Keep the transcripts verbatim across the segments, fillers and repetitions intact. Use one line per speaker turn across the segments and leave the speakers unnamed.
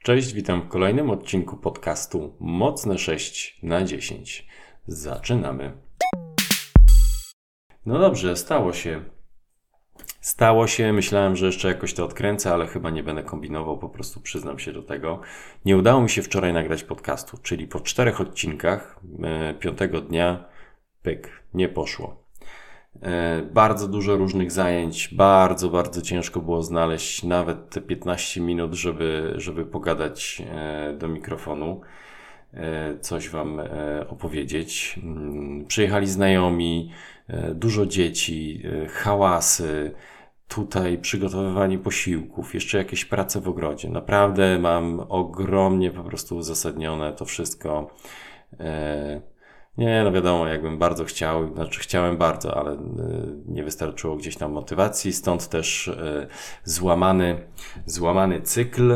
Cześć, witam w kolejnym odcinku podcastu Mocne sześć na dziesięć. Zaczynamy. No dobrze, stało się. Stało się, myślałem, że jeszcze jakoś to odkręcę, ale chyba nie będę kombinował, po prostu przyznam się do tego. Nie udało mi się wczoraj nagrać podcastu, czyli po czterech odcinkach e, piątego dnia, pyk, nie poszło. E, bardzo dużo różnych zajęć, bardzo, bardzo ciężko było znaleźć nawet te piętnaście minut, żeby, żeby pogadać e, do mikrofonu, e, coś Wam e, opowiedzieć. Mm, Przyjechali znajomi, e, dużo dzieci, e, hałasy, tutaj przygotowywanie posiłków, jeszcze jakieś prace w ogrodzie. Naprawdę mam ogromnie po prostu uzasadnione to wszystko. E, Nie, no wiadomo, jakbym bardzo chciał, znaczy chciałem bardzo, ale y, nie wystarczyło gdzieś tam motywacji, stąd też y, złamany, złamany cykl.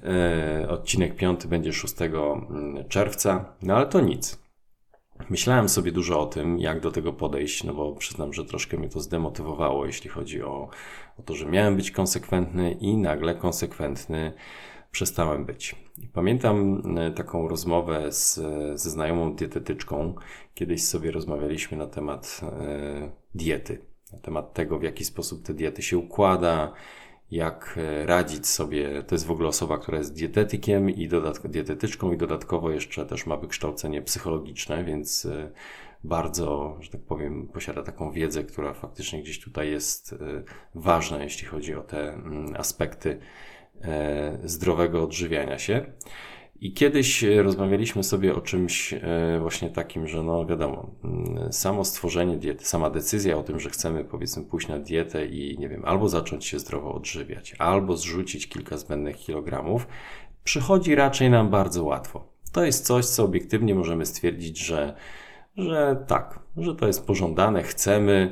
Y, odcinek piąty będzie szóstego czerwca, no ale to nic. Myślałem sobie dużo o tym, jak do tego podejść, no bo przyznam, że troszkę mnie to zdemotywowało, jeśli chodzi o, o to, że miałem być konsekwentny i nagle konsekwentny przestałem być. Pamiętam taką rozmowę z, ze znajomą dietetyczką. Kiedyś sobie rozmawialiśmy na temat e, diety, na temat tego, w jaki sposób te diety się układa, jak radzić sobie. To jest w ogóle osoba, która jest dietetykiem i dodatkowo dietetyczką i dodatkowo jeszcze też ma wykształcenie psychologiczne, więc e, bardzo, że tak powiem, posiada taką wiedzę, która faktycznie gdzieś tutaj jest e, ważna, jeśli chodzi o te mm, aspekty zdrowego odżywiania się. I kiedyś rozmawialiśmy sobie o czymś właśnie takim, że no wiadomo, samo stworzenie diety, sama decyzja o tym, że chcemy powiedzmy pójść na dietę i nie wiem, albo zacząć się zdrowo odżywiać, albo zrzucić kilka zbędnych kilogramów, przychodzi raczej nam bardzo łatwo. To jest coś, co obiektywnie możemy stwierdzić, że że tak, że to jest pożądane, chcemy,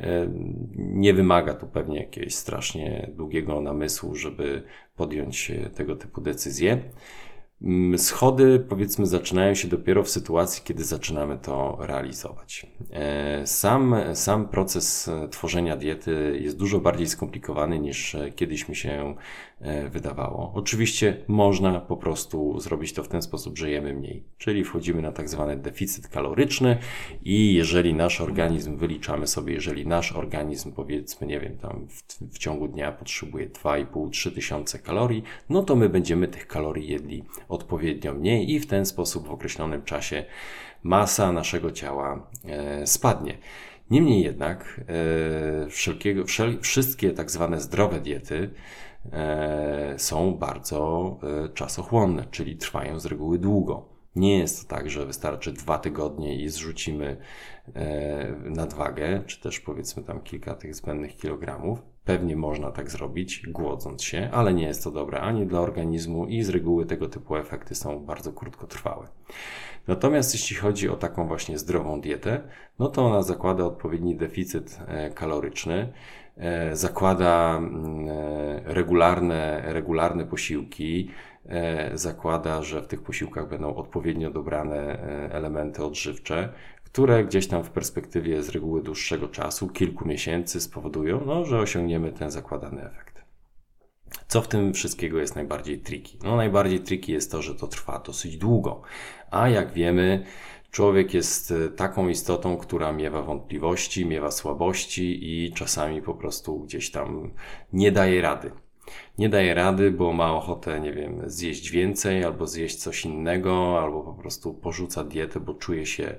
nie wymaga tu pewnie jakiegoś strasznie długiego namysłu, żeby podjąć tego typu decyzje. Schody, powiedzmy, zaczynają się dopiero w sytuacji, kiedy zaczynamy to realizować. Sam, sam proces tworzenia diety jest dużo bardziej skomplikowany niż kiedyś mi się wydawało. Oczywiście można po prostu zrobić to w ten sposób, że jemy mniej, czyli wchodzimy na tak zwany deficyt kaloryczny i jeżeli nasz organizm, wyliczamy sobie, jeżeli nasz organizm, powiedzmy, nie wiem, tam w, w ciągu dnia potrzebuje dwa i pół do trzech tysiące kalorii, no to my będziemy tych kalorii jedli odpowiednio mniej i w ten sposób w określonym czasie masa naszego ciała e, spadnie. Niemniej jednak e, wszelkiego, wszel, wszystkie tak zwane zdrowe diety e, są bardzo e, czasochłonne, czyli trwają z reguły długo. Nie jest to tak, że wystarczy dwa tygodnie i zrzucimy e, nadwagę, czy też powiedzmy tam kilka tych zbędnych kilogramów. Pewnie można tak zrobić, głodząc się, ale nie jest to dobre ani dla organizmu i z reguły tego typu efekty są bardzo krótkotrwałe. Natomiast jeśli chodzi o taką właśnie zdrową dietę, no to ona zakłada odpowiedni deficyt e, kaloryczny, e, zakłada e, regularne, regularne posiłki, e, zakłada, że w tych posiłkach będą odpowiednio dobrane e, elementy odżywcze, które gdzieś tam w perspektywie z reguły dłuższego czasu, kilku miesięcy spowodują, no, że osiągniemy ten zakładany efekt. Co w tym wszystkiego jest najbardziej tricky? No najbardziej tricky jest to, że to trwa dosyć długo, a jak wiemy, człowiek jest taką istotą, która miewa wątpliwości, miewa słabości i czasami po prostu gdzieś tam nie daje rady. Nie daje rady, bo ma ochotę, nie wiem, zjeść więcej albo zjeść coś innego, albo po prostu porzuca dietę, bo czuje się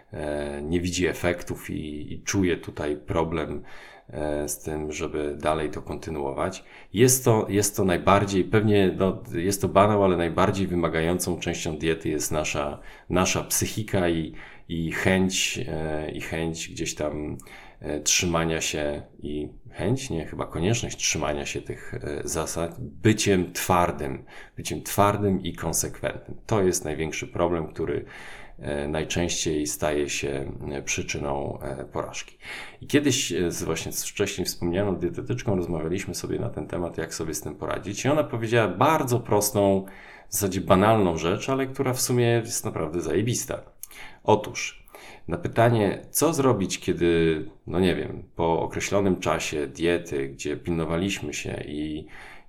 nie widzi efektów i, i czuje tutaj problem z tym, żeby dalej to kontynuować. Jest to, jest to najbardziej, pewnie no, jest to banał, ale najbardziej wymagającą częścią diety jest nasza, nasza psychika i, i chęć, i chęć gdzieś tam trzymania się i chęć, nie, chyba konieczność trzymania się tych zasad, byciem twardym, byciem twardym i konsekwentnym. To jest największy problem, który najczęściej staje się przyczyną porażki. I kiedyś z właśnie z wcześniej wspomnianą dietetyczką rozmawialiśmy sobie na ten temat, jak sobie z tym poradzić. I ona powiedziała bardzo prostą, w zasadzie banalną rzecz, ale która w sumie jest naprawdę zajebista. Otóż na pytanie, co zrobić, kiedy, no nie wiem, po określonym czasie diety, gdzie pilnowaliśmy się i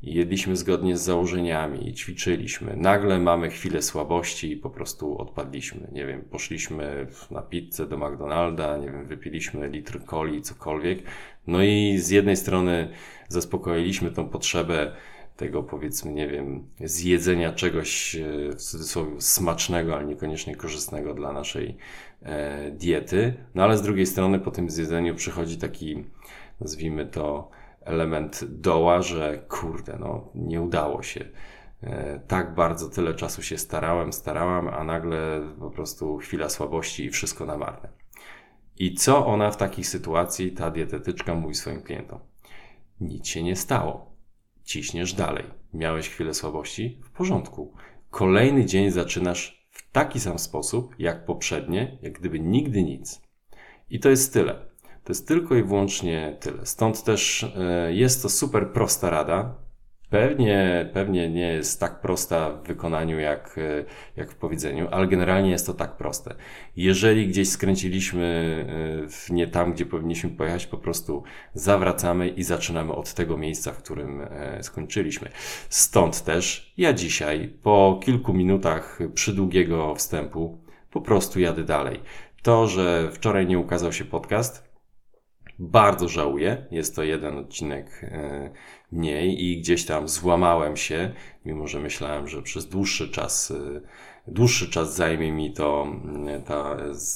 i jedliśmy zgodnie z założeniami i ćwiczyliśmy. Nagle mamy chwilę słabości i po prostu odpadliśmy. Nie wiem, poszliśmy na pizzę do McDonalda, nie wiem, wypiliśmy litr coli, cokolwiek. No i z jednej strony zaspokoiliśmy tą potrzebę tego, powiedzmy, nie wiem, zjedzenia czegoś w cudzysłowie smacznego, ale niekoniecznie korzystnego dla naszej e, diety. No ale z drugiej strony po tym zjedzeniu przychodzi taki, nazwijmy to, element doła, że kurde, no nie udało się. E, tak bardzo tyle czasu się starałem, starałam, a nagle po prostu chwila słabości i wszystko na marne. I co ona w takiej sytuacji, ta dietetyczka, mówi swoim klientom? Nic się nie stało. Ciśniesz dalej. Miałeś chwilę słabości? W porządku. Kolejny dzień zaczynasz w taki sam sposób, jak poprzednie, jak gdyby nigdy nic. I to jest tyle. To jest tylko i wyłącznie tyle. Stąd też y, jest to super prosta rada. Pewnie, pewnie nie jest tak prosta w wykonaniu jak, jak w powiedzeniu, ale generalnie jest to tak proste. Jeżeli gdzieś skręciliśmy w nie tam, gdzie powinniśmy pojechać, po prostu zawracamy i zaczynamy od tego miejsca, w którym skończyliśmy. Stąd też ja dzisiaj po kilku minutach przydługiego wstępu po prostu jadę dalej. To, że wczoraj nie ukazał się podcast, bardzo żałuję. Jest to jeden odcinek mniej i gdzieś tam złamałem się, mimo że myślałem, że przez dłuższy czas, dłuższy czas zajmie mi to ta,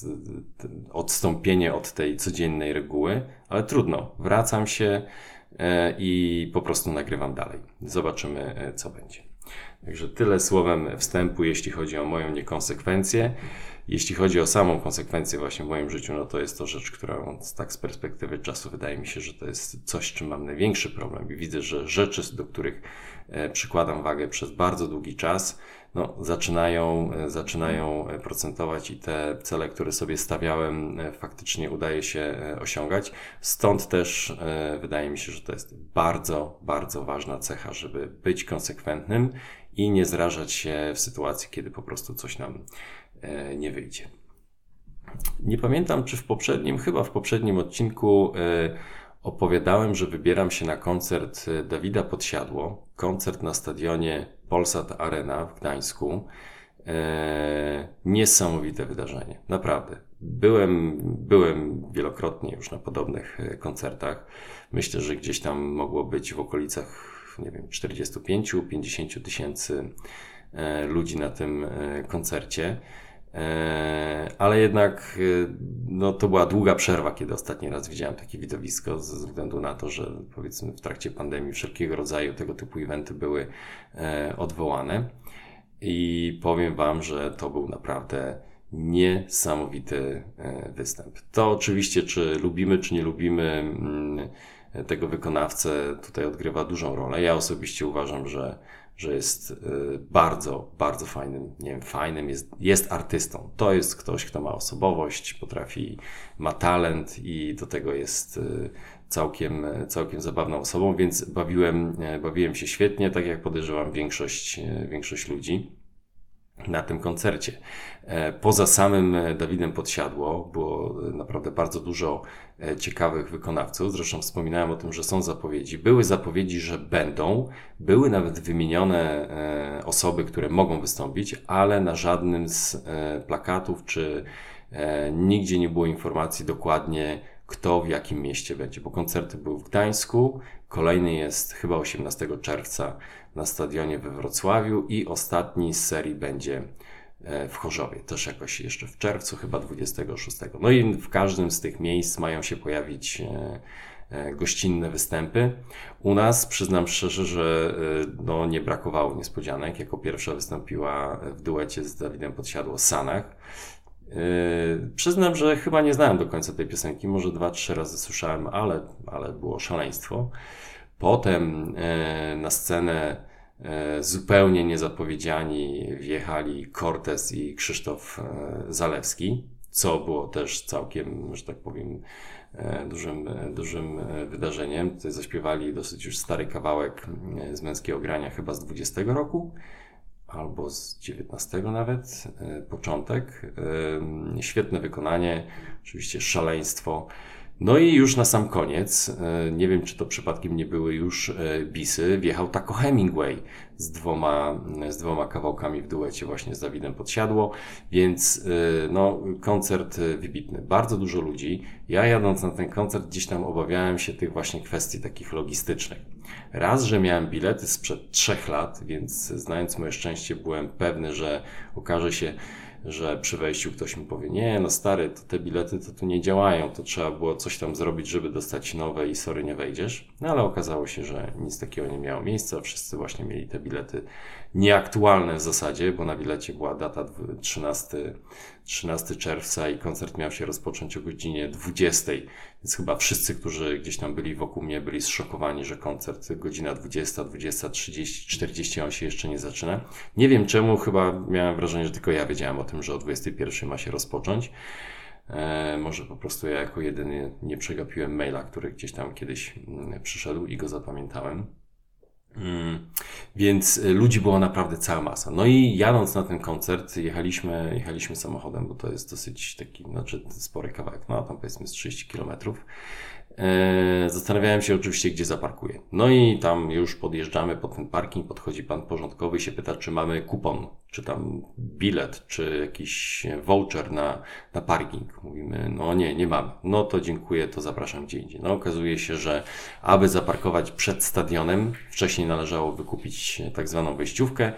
odstąpienie od tej codziennej reguły, ale trudno. Wracam się i po prostu nagrywam dalej. Zobaczymy, co będzie. Także tyle słowem wstępu, jeśli chodzi o moją niekonsekwencję. Jeśli chodzi o samą konsekwencję właśnie w moim życiu, no to jest to rzecz, która tak z perspektywy czasu wydaje mi się, że to jest coś, z czym mam największy problem i widzę, że rzeczy, do których przykładam wagę przez bardzo długi czas, no zaczynają, zaczynają procentować i te cele, które sobie stawiałem, faktycznie udaje się osiągać. Stąd też wydaje mi się, że to jest bardzo, bardzo ważna cecha, żeby być konsekwentnym i nie zrażać się w sytuacji, kiedy po prostu coś nam nie wyjdzie. Nie pamiętam, czy w poprzednim, chyba w poprzednim odcinku opowiadałem, że wybieram się na koncert Dawida Podsiadło. Koncert na stadionie Polsat Arena w Gdańsku. Niesamowite wydarzenie. Naprawdę. Byłem, byłem wielokrotnie już na podobnych koncertach. Myślę, że gdzieś tam mogło być w okolicach, nie wiem, czterdzieści pięć do pięćdziesięciu tysięcy ludzi na tym koncercie. Ale jednak no, to była długa przerwa, kiedy ostatni raz widziałem takie widowisko, ze względu na to, że powiedzmy w trakcie pandemii wszelkiego rodzaju tego typu eventy były odwołane. I powiem Wam, że to był naprawdę niesamowity występ. To oczywiście, czy lubimy, czy nie lubimy tego wykonawcę, tutaj odgrywa dużą rolę. Ja osobiście uważam, że że jest bardzo, bardzo fajnym, nie wiem, fajnym, jest, jest artystą. To jest ktoś, kto ma osobowość, potrafi, ma talent i do tego jest całkiem, całkiem zabawną osobą, więc bawiłem, bawiłem się świetnie, tak jak podejrzewam większość, większość ludzi na tym koncercie. Poza samym Dawidem Podsiadło było naprawdę bardzo dużo ciekawych wykonawców. Zresztą wspominałem o tym, że są zapowiedzi. Były zapowiedzi, że będą. Były nawet wymienione osoby, które mogą wystąpić, ale na żadnym z plakatów czy nigdzie nie było informacji dokładnie, kto w jakim mieście będzie, bo koncerty były w Gdańsku, kolejny jest chyba osiemnastego czerwca na stadionie we Wrocławiu i ostatni z serii będzie w Chorzowie, też jakoś jeszcze w czerwcu, chyba dwudziestego szóstego. No i w każdym z tych miejsc mają się pojawić gościnne występy. U nas, przyznam szczerze, że no, nie brakowało niespodzianek. Jako pierwsza wystąpiła w duecie z Dawidem Podsiadło Sanach. Yy, przyznam, że chyba nie znałem do końca tej piosenki, może dwa, trzy razy słyszałem, ale, ale było szaleństwo. Potem yy, na scenę yy, zupełnie niezapowiedziani wjechali Cortez i Krzysztof yy, Zalewski, co było też całkiem, że tak powiem, yy, dużym, yy, dużym yy, wydarzeniem. Tutaj zaśpiewali dosyć już stary kawałek yy, z Męskiego Grania, chyba z dwudziestego roku. Albo z dziewiętnastego nawet, początek. Świetne wykonanie, oczywiście szaleństwo. No i już na sam koniec, nie wiem czy to przypadkiem nie były już bisy, wjechał Taco Hemingway z dwoma, z dwoma kawałkami w duecie właśnie z Dawidem Podsiadło, więc no koncert wybitny, bardzo dużo ludzi. Ja jadąc na ten koncert gdzieś tam obawiałem się tych właśnie kwestii takich logistycznych. Raz, że miałem bilety sprzed trzech lat, więc znając moje szczęście byłem pewny, że okaże się, że przy wejściu ktoś mi powie, nie no stary, to te bilety to tu nie działają, to trzeba było coś tam zrobić, żeby dostać nowe i sorry, nie wejdziesz. No ale okazało się, że nic takiego nie miało miejsca, wszyscy właśnie mieli te bilety nieaktualne w zasadzie, bo na bilecie była data trzynastego czerwca i koncert miał się rozpocząć o godzinie dwudziestej, więc chyba wszyscy, którzy gdzieś tam byli wokół mnie, byli zszokowani, że koncert godzina dwudziesta, dwudziesta trzydzieści, czterdzieści on się jeszcze nie zaczyna. Nie wiem czemu, chyba miałem wrażenie, że tylko ja wiedziałem o tym, że o dwudziestej pierwszej ma się rozpocząć. E, może po prostu ja jako jedyny nie przegapiłem maila, który gdzieś tam kiedyś przyszedł i go zapamiętałem. Mm, więc ludzi było naprawdę cała masa. No i jadąc na ten koncert jechaliśmy, jechaliśmy samochodem, bo to jest dosyć taki, znaczy spory kawałek, no tam powiedzmy z trzydzieści kilometrów. Eee, zastanawiałem się oczywiście, gdzie zaparkuję. No i tam już podjeżdżamy pod ten parking, podchodzi pan porządkowy i się pyta, czy mamy kupon, czy tam bilet, czy jakiś voucher na, na parking. Mówimy, no nie, nie mamy. No to dziękuję, to zapraszam gdzie indziej. No okazuje się, że aby zaparkować przed stadionem, wcześniej należało wykupić tak zwaną wejściówkę.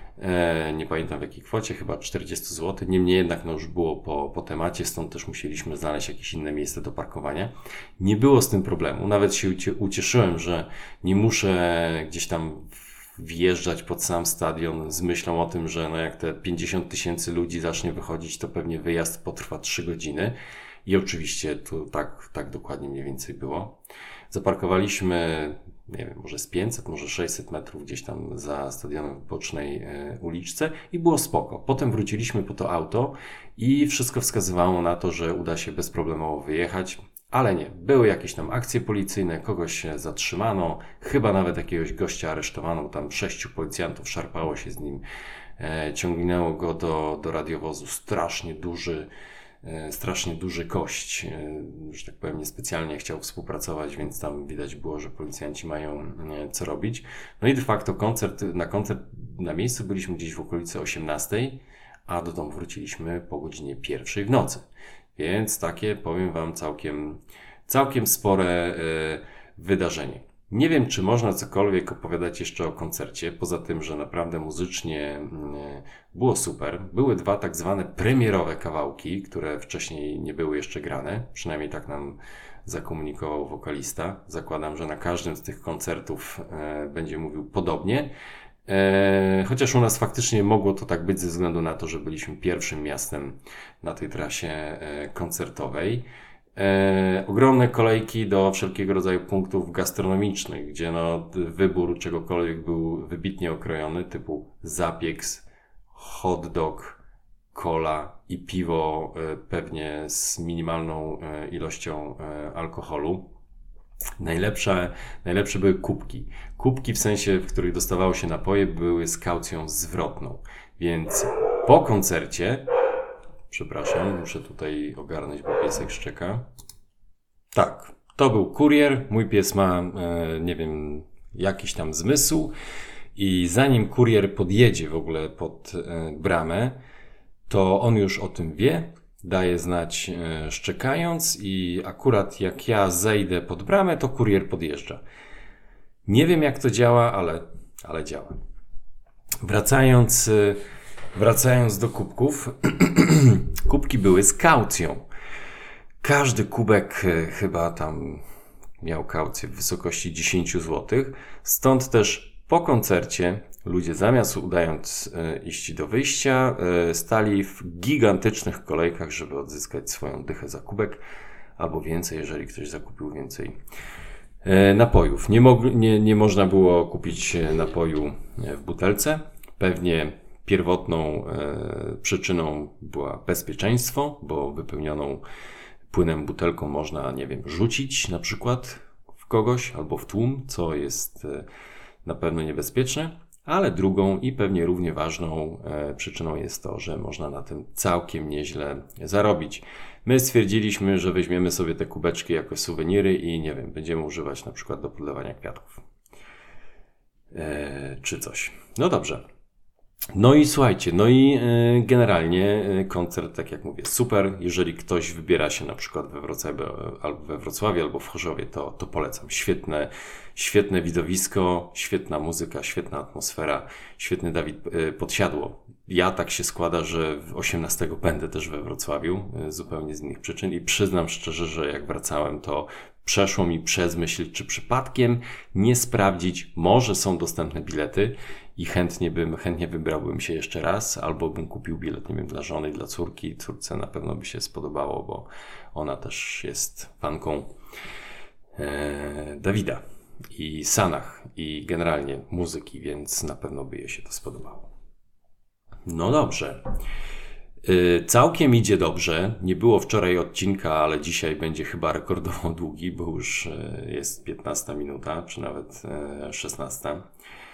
E, nie pamiętam w jakiej kwocie, chyba czterdzieści złotych. Niemniej jednak no już było po, po temacie, stąd też musieliśmy znaleźć jakieś inne miejsce do parkowania. Nie było z tym problemu. Nawet się ucie- ucieszyłem, że nie muszę gdzieś tam wjeżdżać pod sam stadion z myślą o tym, że no jak te pięćdziesiąt tysięcy ludzi zacznie wychodzić, to pewnie wyjazd potrwa trzy godziny. I oczywiście to tak, tak dokładnie mniej więcej było. Zaparkowaliśmy, nie wiem, może z pięćset, może sześćset metrów gdzieś tam za stadionem w bocznej e, uliczce i było spoko. Potem wróciliśmy po to auto i wszystko wskazywało na to, że uda się bezproblemowo wyjechać, ale nie. Były jakieś tam akcje policyjne, kogoś zatrzymano, chyba nawet jakiegoś gościa aresztowano, tam sześciu policjantów szarpało się z nim, e, ciągnęło go do, do radiowozu, strasznie duży, strasznie duży gość, że tak powiem, niespecjalnie chciał współpracować, więc tam widać było, że policjanci mają co robić. No i de facto koncert, na koncert na miejscu byliśmy gdzieś w okolicy osiemnastej, a do domu wróciliśmy po godzinie pierwszej w nocy. Więc takie, powiem wam, całkiem, całkiem spore wydarzenie. Nie wiem, czy można cokolwiek opowiadać jeszcze o koncercie, poza tym, że naprawdę muzycznie było super. Były dwa tak zwane premierowe kawałki, które wcześniej nie były jeszcze grane, przynajmniej tak nam zakomunikował wokalista. Zakładam, że na każdym z tych koncertów e, będzie mówił podobnie. E, chociaż u nas faktycznie mogło to tak być ze względu na to, że byliśmy pierwszym miastem na tej trasie e, koncertowej. E, ogromne kolejki do wszelkiego rodzaju punktów gastronomicznych, gdzie no, wybór czegokolwiek był wybitnie okrojony, typu zapieks, hot dog, cola i piwo, e, pewnie z minimalną e, ilością e, alkoholu. Najlepsze, najlepsze były kubki. Kubki w sensie, w których dostawało się napoje, były z kaucją zwrotną. Więc po koncercie, przepraszam, muszę tutaj ogarnąć, bo piesek szczeka. Tak, to był kurier. Mój pies ma, e, nie wiem, jakiś tam zmysł i zanim kurier podjedzie w ogóle pod e, bramę, to on już o tym wie, daje znać e, szczekając i akurat jak ja zejdę pod bramę, to kurier podjeżdża. Nie wiem jak to działa, ale, ale działa. Wracając, e, wracając do kubków, kubki były z kaucją. Każdy kubek e, chyba tam miał kaucję w wysokości dziesięć złotych, stąd też po koncercie ludzie zamiast udając e, iść do wyjścia, e, stali w gigantycznych kolejkach, żeby odzyskać swoją dychę za kubek, albo więcej, jeżeli ktoś zakupił więcej e, napojów. Nie, mog- nie, nie można było kupić napoju w butelce. Pewnie pierwotną e, przyczyną była bezpieczeństwo, bo wypełnioną płynem butelką można, nie wiem, rzucić na przykład w kogoś albo w tłum, co jest e, na pewno niebezpieczne. Ale drugą i pewnie równie ważną e, przyczyną jest to, że można na tym całkiem nieźle zarobić. My stwierdziliśmy, że weźmiemy sobie te kubeczki jako suweniry i nie wiem, będziemy używać na przykład do podlewania kwiatków. E, czy coś. No dobrze. No i słuchajcie, no i e, generalnie e, koncert, tak jak mówię, super. Jeżeli ktoś wybiera się na przykład we Wrocławiu, albo we Wrocławiu, albo w Chorzowie, to, to polecam. Świetne, świetne widowisko, świetna muzyka, świetna atmosfera, świetny Dawid e, Podsiadło. Ja tak się składa, że osiemnastego będę też we Wrocławiu, e, zupełnie z innych przyczyn i przyznam szczerze, że jak wracałem, to przeszło mi przez myśl, czy przypadkiem nie sprawdzić, może są dostępne bilety i chętnie bym, chętnie wybrałbym się jeszcze raz, albo bym kupił bilet, nie wiem, dla żony, dla córki. Córce na pewno by się spodobało, bo ona też jest fanką e, Dawida i Sanach i generalnie muzyki, więc na pewno by jej się to spodobało. No dobrze. Całkiem idzie dobrze. Nie było wczoraj odcinka, ale dzisiaj będzie chyba rekordowo długi, bo już jest piętnasta minuta, czy nawet szesnasta.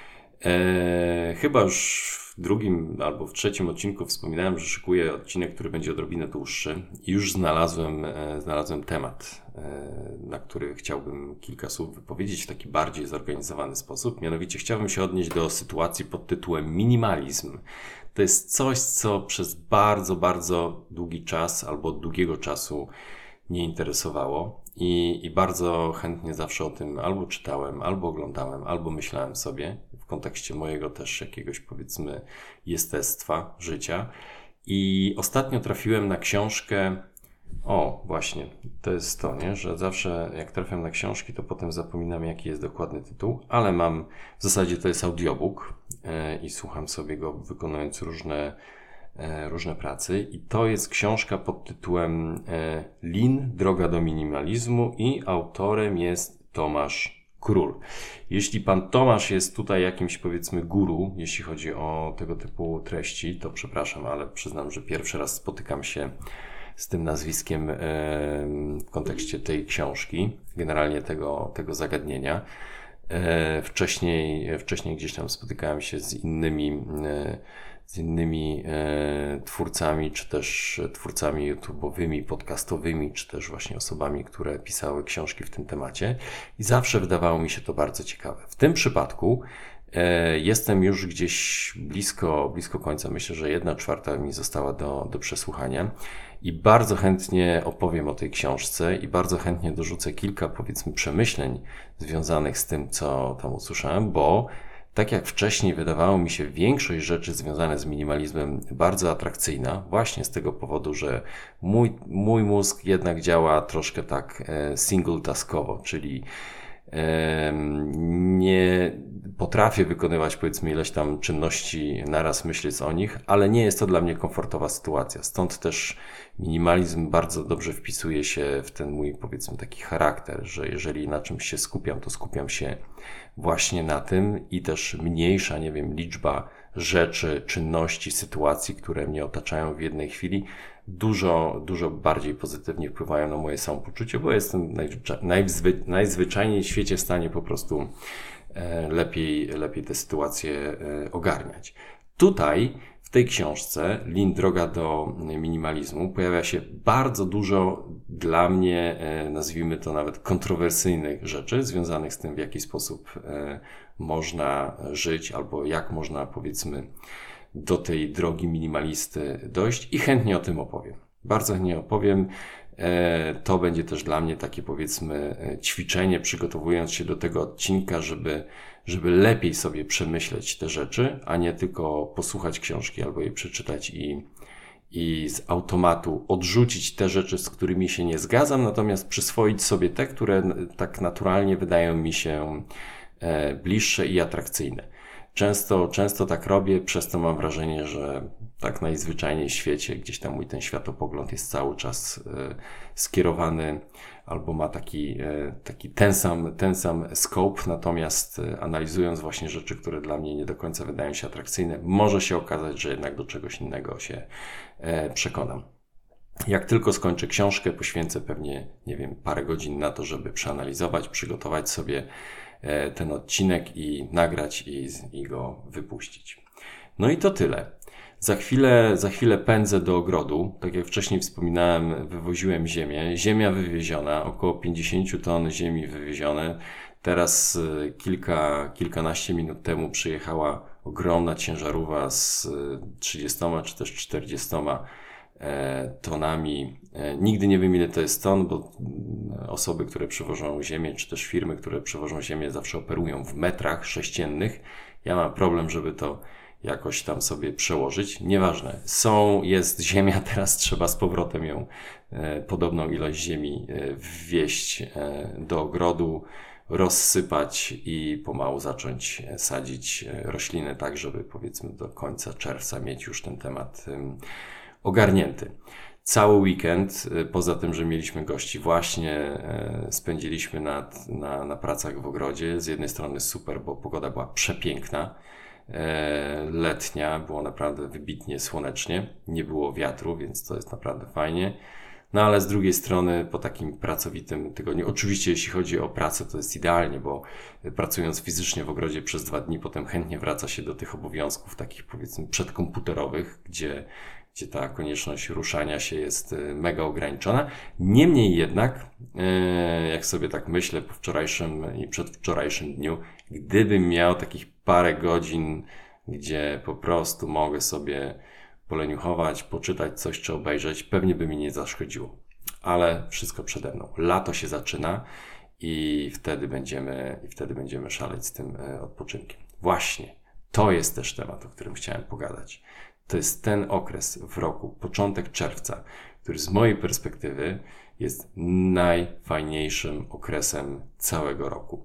Eee, chyba już w drugim albo w trzecim odcinku wspominałem, że szykuję odcinek, który będzie odrobinę dłuższy i już znalazłem, e, znalazłem temat, e, na który chciałbym kilka słów wypowiedzieć w taki bardziej zorganizowany sposób. Mianowicie chciałbym się odnieść do sytuacji pod tytułem minimalizm. To jest coś, co przez bardzo, bardzo długi czas albo od długiego czasu mnie interesowało i, i bardzo chętnie zawsze o tym albo czytałem, albo oglądałem, albo myślałem sobie w kontekście mojego też jakiegoś, powiedzmy, jestestwa, życia. I ostatnio trafiłem na książkę, o właśnie, to jest to, nie? Że zawsze jak trafiam na książki, to potem zapominam, jaki jest dokładny tytuł, ale mam, w zasadzie to jest audiobook yy, i słucham sobie go, wykonując różne różne prace i to jest książka pod tytułem Lean, droga do minimalizmu i autorem jest Tomasz Król. Jeśli pan Tomasz jest tutaj jakimś, powiedzmy, guru, jeśli chodzi o tego typu treści, to przepraszam, ale przyznam, że pierwszy raz spotykam się z tym nazwiskiem w kontekście tej książki, generalnie tego, tego zagadnienia. Wcześniej, wcześniej gdzieś tam spotykałem się z innymi z innymi e, twórcami, czy też twórcami YouTube'owymi, podcastowymi, czy też właśnie osobami, które pisały książki w tym temacie i zawsze wydawało mi się to bardzo ciekawe. W tym przypadku e, jestem już gdzieś blisko, blisko końca. Myślę, że jedna czwarta mi została do, do przesłuchania i bardzo chętnie opowiem o tej książce i bardzo chętnie dorzucę kilka, powiedzmy, przemyśleń związanych z tym, co tam usłyszałem, bo tak jak wcześniej wydawało mi się większość rzeczy związane z minimalizmem bardzo atrakcyjna, właśnie z tego powodu, że mój, mój mózg jednak działa troszkę tak e, single taskowo, czyli e, nie potrafię wykonywać, powiedzmy, ileś tam czynności naraz, myśląc o nich, ale nie jest to dla mnie komfortowa sytuacja. Stąd też minimalizm bardzo dobrze wpisuje się w ten mój, powiedzmy, taki charakter, że jeżeli na czymś się skupiam, to skupiam się właśnie na tym i też mniejsza, nie wiem, liczba rzeczy, czynności, sytuacji, które mnie otaczają w jednej chwili, dużo, dużo bardziej pozytywnie wpływają na moje samopoczucie, bo jestem najzwyczaj, najzwy, najzwyczajniej w świecie w stanie po prostu e, lepiej, lepiej te sytuacje e, ogarniać. Tutaj w tej książce Lean, droga do minimalizmu pojawia się bardzo dużo dla mnie, e, nazwijmy to nawet kontrowersyjnych rzeczy związanych z tym, w jaki sposób e, można żyć albo jak można, powiedzmy, do tej drogi minimalisty dojść i chętnie o tym opowiem. Bardzo chętnie opowiem. E, to będzie też dla mnie takie, powiedzmy, ćwiczenie, przygotowując się do tego odcinka, żeby żeby lepiej sobie przemyśleć te rzeczy, a nie tylko posłuchać książki albo je przeczytać i, i z automatu odrzucić te rzeczy, z którymi się nie zgadzam, natomiast przyswoić sobie te, które tak naturalnie wydają mi się e, bliższe i atrakcyjne. Często, często tak robię, przez to mam wrażenie, że tak najzwyczajniej w świecie gdzieś tam mój ten światopogląd jest cały czas e, skierowany albo ma taki, e, taki ten sam, ten sam scope, natomiast e, analizując właśnie rzeczy, które dla mnie nie do końca wydają się atrakcyjne, może się okazać, że jednak do czegoś innego się e, przekonam. Jak tylko skończę książkę, poświęcę pewnie, nie wiem, parę godzin na to, żeby przeanalizować, przygotować sobie ten odcinek i nagrać i, i go wypuścić. No i to tyle. Za chwilę, za chwilę pędzę do ogrodu. Tak jak wcześniej wspominałem, wywoziłem ziemię. Ziemia wywieziona, około pięćdziesiąt ton ziemi wywiezione. Teraz kilka, kilkanaście minut temu przyjechała ogromna ciężarówka z trzydziestoma czy też czterdziestoma tonami. Nigdy nie wiem, ile to jest ton, bo osoby, które przywożą ziemię, czy też firmy, które przywożą ziemię, zawsze operują w metrach sześciennych. Ja mam problem, żeby to jakoś tam sobie przełożyć. Nieważne. Są, jest ziemia, teraz trzeba z powrotem ją, e, podobną ilość ziemi e, wwieźć e, do ogrodu, rozsypać i pomału zacząć sadzić rośliny tak, żeby powiedzmy do końca czerwca mieć już ten temat e, ogarnięty. Cały weekend, poza tym, że mieliśmy gości, właśnie spędziliśmy na, na, na pracach w ogrodzie. Z jednej strony super, bo pogoda była przepiękna, letnia, było naprawdę wybitnie słonecznie, nie było wiatru, więc to jest naprawdę fajnie. No ale z drugiej strony po takim pracowitym tygodniu, oczywiście jeśli chodzi o pracę, to jest idealnie, bo pracując fizycznie w ogrodzie przez dwa dni, potem chętnie wraca się do tych obowiązków takich powiedzmy przedkomputerowych, gdzie gdzie ta konieczność ruszania się jest mega ograniczona. Niemniej jednak, jak sobie tak myślę po wczorajszym i przedwczorajszym dniu, gdybym miał takich parę godzin, gdzie po prostu mogę sobie poleniuchować, poczytać coś czy obejrzeć, pewnie by mi nie zaszkodziło. Ale wszystko przede mną. Lato się zaczyna i wtedy będziemy, i wtedy będziemy szaleć z tym odpoczynkiem. Właśnie, to jest też temat, o którym chciałem pogadać. To jest ten okres w roku, początek czerwca, który z mojej perspektywy jest najfajniejszym okresem całego roku.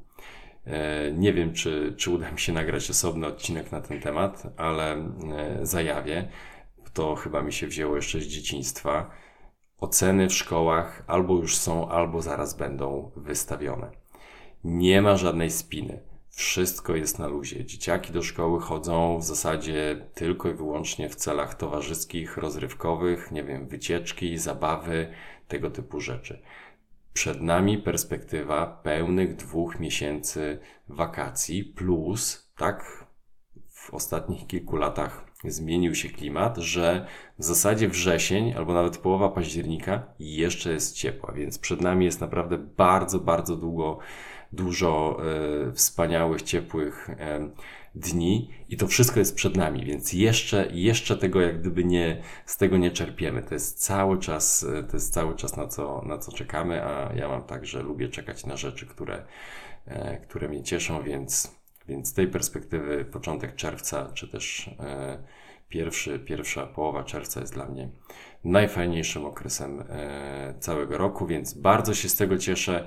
Nie wiem, czy, czy uda mi się nagrać osobny odcinek na ten temat, ale zajawię. To chyba mi się wzięło jeszcze z dzieciństwa. Oceny w szkołach albo już są, albo zaraz będą wystawione. Nie ma żadnej spiny. Wszystko jest na luzie. Dzieciaki do szkoły chodzą w zasadzie tylko i wyłącznie w celach towarzyskich, rozrywkowych, nie wiem, wycieczki, zabawy, tego typu rzeczy. Przed nami perspektywa pełnych dwóch miesięcy wakacji plus, tak, w ostatnich kilku latach zmienił się klimat, że w zasadzie wrzesień albo nawet połowa października jeszcze jest ciepła, więc przed nami jest naprawdę bardzo, bardzo długo dużo e, wspaniałych, ciepłych e, dni i to wszystko jest przed nami, więc jeszcze, jeszcze tego jak gdyby nie, z tego nie czerpiemy. To jest cały czas, to jest cały czas na co, na co czekamy, a ja mam tak, że lubię czekać na rzeczy, które, e, które mnie cieszą, więc, więc z tej perspektywy początek czerwca, czy też e, pierwszy, pierwsza połowa czerwca jest dla mnie najfajniejszym okresem e, całego roku, więc bardzo się z tego cieszę.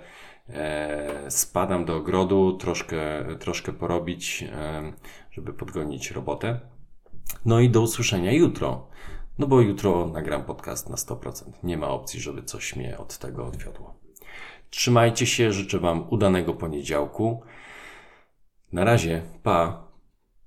E, spadam do ogrodu, troszkę, troszkę porobić, e, żeby podgonić robotę. No i do usłyszenia jutro. No bo jutro nagram podcast na sto procent. Nie ma opcji, żeby coś mnie od tego odwiodło. Trzymajcie się, życzę Wam udanego poniedziałku. Na razie, pa!